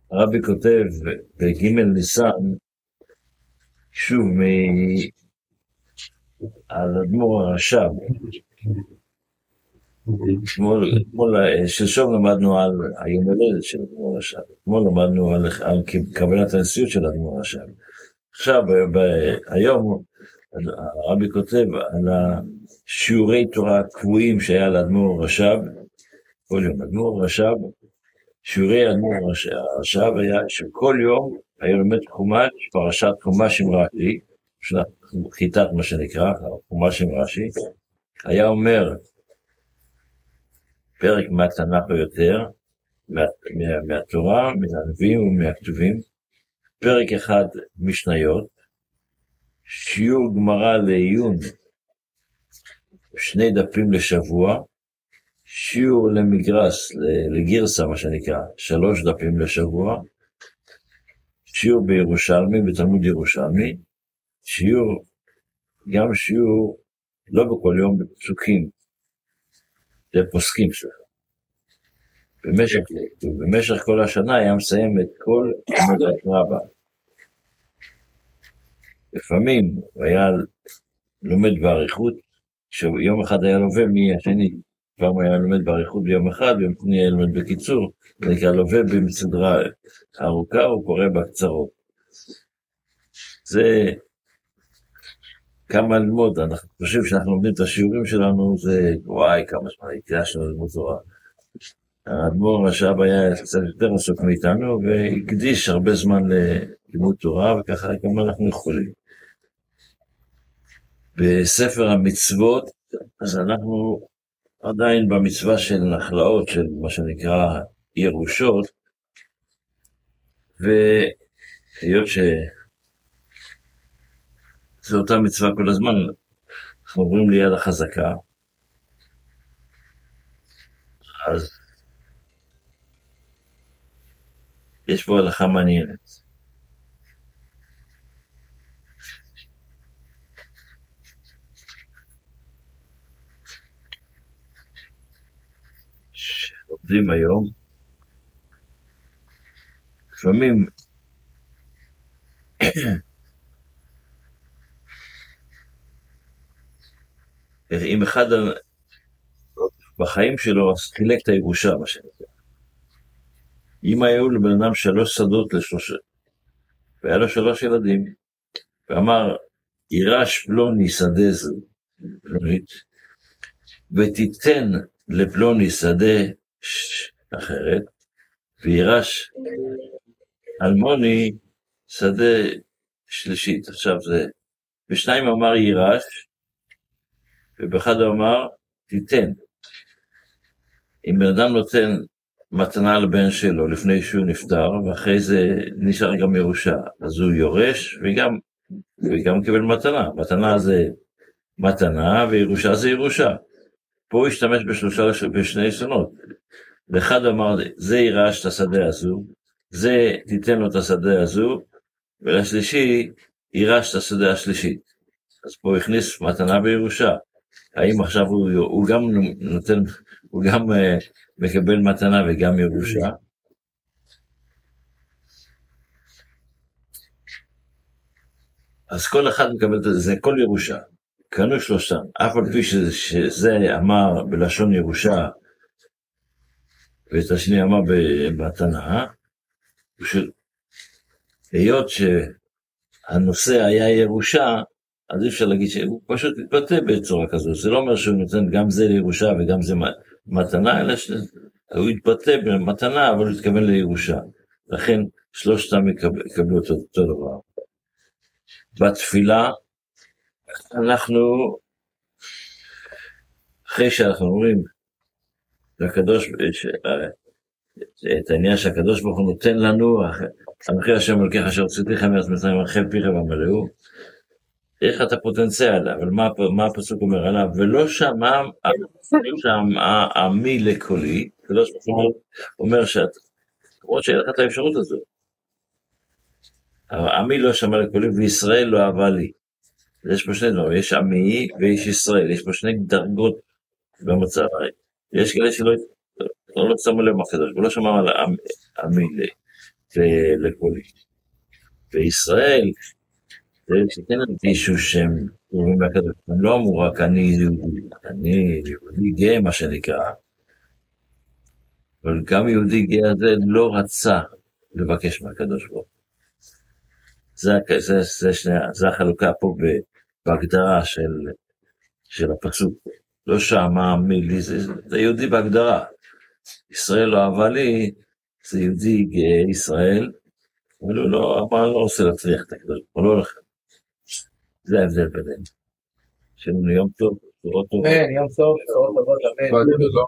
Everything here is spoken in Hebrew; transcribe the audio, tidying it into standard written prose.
הרבי כותב בג' ניסן, שוב על אדמו"ר הרש"ב. שלשום למדנו על היום הולדת של אדמו"ר הרש"ב, אתמול למדנו על קבלת הנשיאות של אדמו"ר הרש"ב. עכשיו, היום הרבי כותב על השיעורי תורה הקבועים שהיה לאדמו"ר הרש"ב, כל יום. אדמו"ר הרש"ב, שיעורי אדמו"ר הרש"ב היה שכל יום היה לומד חומש, פרשת חומש עם רש"י, חיטת מה שנקרא, חומש עם רש"י, היה אומר פרק מהתנ"ך או יותר, מהתורה, מהנביאים ומהכתובים, פרק אחד משניות, שיעור גמרא לעיון, 2 דפים לשבוע, שיעור למגרס, לגרסה מה שנקרא, 3 דפים לשבוע, שיעור בירושלמי, בתלמוד ירושלמי, גם שיעור, לא בכל יום, בפסוקים, זה פוסקים שלך. במשך כל השנה היה מסיים את כל עמודת רבה. לפעמים הוא היה לומד בעריכות, שיום אחד היה לווה מהשני, פעם הוא היה לומד בעריכות ביום אחד, ויום שני היה לומד בקיצור, זה נקרא לווה בסדרה ארוכה, הוא קורא בקצרות. זה כמה ללמוד, אנחנו חושבים שאנחנו לומדים את השיעורים שלנו, זה וואי, כמה זמן הקדשנו ללמוד תורה. האדמו"ר הרש"ב היה קצת יותר עסוק מאיתנו, והקדיש הרבה זמן ללימוד תורה, וככה גם אנחנו יכולים. בספר המצוות, אז אנחנו עדיין במצווה של נחלאות, של מה שנקרא ירושות, והיות זו אותה מצווה כל הזמן, אנחנו עוברים ליד החזקה, אז יש פה הלכה מעניינת. שעובדים היום, לפעמים אם אחד בחיים שלו חילק את הירושה, מה שנקרא. אם היו לבן אדם 3 שדות ל3, והיה לו 3 ילדים, ואמר, יירש פלוני שדה זו, פלונית, ותיתן לפלוני שדה אחרת, ויירש אלמוני שדה שלישית. עכשיו זה, בשניים אמר יירש, ובאחד הוא אמר, תיתן. אם בן אדם נותן מתנה לבן שלו לפני שהוא נפטר, ואחרי זה נשאר גם ירושה, אז הוא יורש וגם קיבל מתנה. מתנה זה מתנה, וירושה זה ירושה. פה הוא השתמש בשני שונות. לאחד אמר, זה יירש את השדה הזו, זה תיתן לו את השדה הזו, ולשלישי יירש את השדה השלישית. אז פה הוא הכניס מתנה בירושה. האם עכשיו הוא גם נותן, הוא גם מקבל מתנה וגם ירושה? אז כל אחד מקבל את זה, כל ירושה. קנו 3, אף על פי שזה אמר בלשון ירושה, ואת השני אמר במתנה, היות שהנושא היה ירושה, אז אי אפשר להגיד שהוא פשוט מתבטא בצורה כזו. זה לא אומר שהוא נותן גם זה לירושה וגם זה מתנה, אלא שהוא התבטא במתנה, אבל הוא התכוון לירושה. לכן 3 יקבלו אותו דבר. בתפילה, אנחנו, אחרי שאנחנו אומרים, את העניין שהקדוש ברוך הוא נותן לנו, אנוכי השם אלוקיך אשר הוצאתיך מארץ מצרים אכל פיך ומלאו, יש לך את הפוטנציאל, אבל מה הפסוק אומר עליו? ולא שמע עמי לקולי, הקדוש ברוך הוא אומר למרות שאין לך את האפשרות הזו. עמי לא שמע לקולי וישראל לא אהבה לי. יש פה 2 דברים, יש עמי ויש ישראל, יש פה 2 דרגות במצב. יש כאלה שלא שמו לב הקדוש, הוא לא שמע על עמי לי. ולכל איש. וישראל, זה שכן הרגישו שהם קוראים לקדוש, הם לא אמרו רק אני יהודי גאה מה שנקרא, אבל גם יהודי גאה הזה לא רצה לבקש מהקדוש ברוך הוא. זה החלוקה פה בהגדרה של הפסוק. לא שאמה מילי, זה יהודי בהגדרה. ישראל לא אהבה לי, זה יהודי גאה ישראל, אבל הוא לא אמר, לא רוצה להצליח את הקדוש, הוא לא הולך. זה ההבדל בינינו. שיהיה לנו יום טוב, בשורות טובות. יום טוב, בשורות טובות, אמן.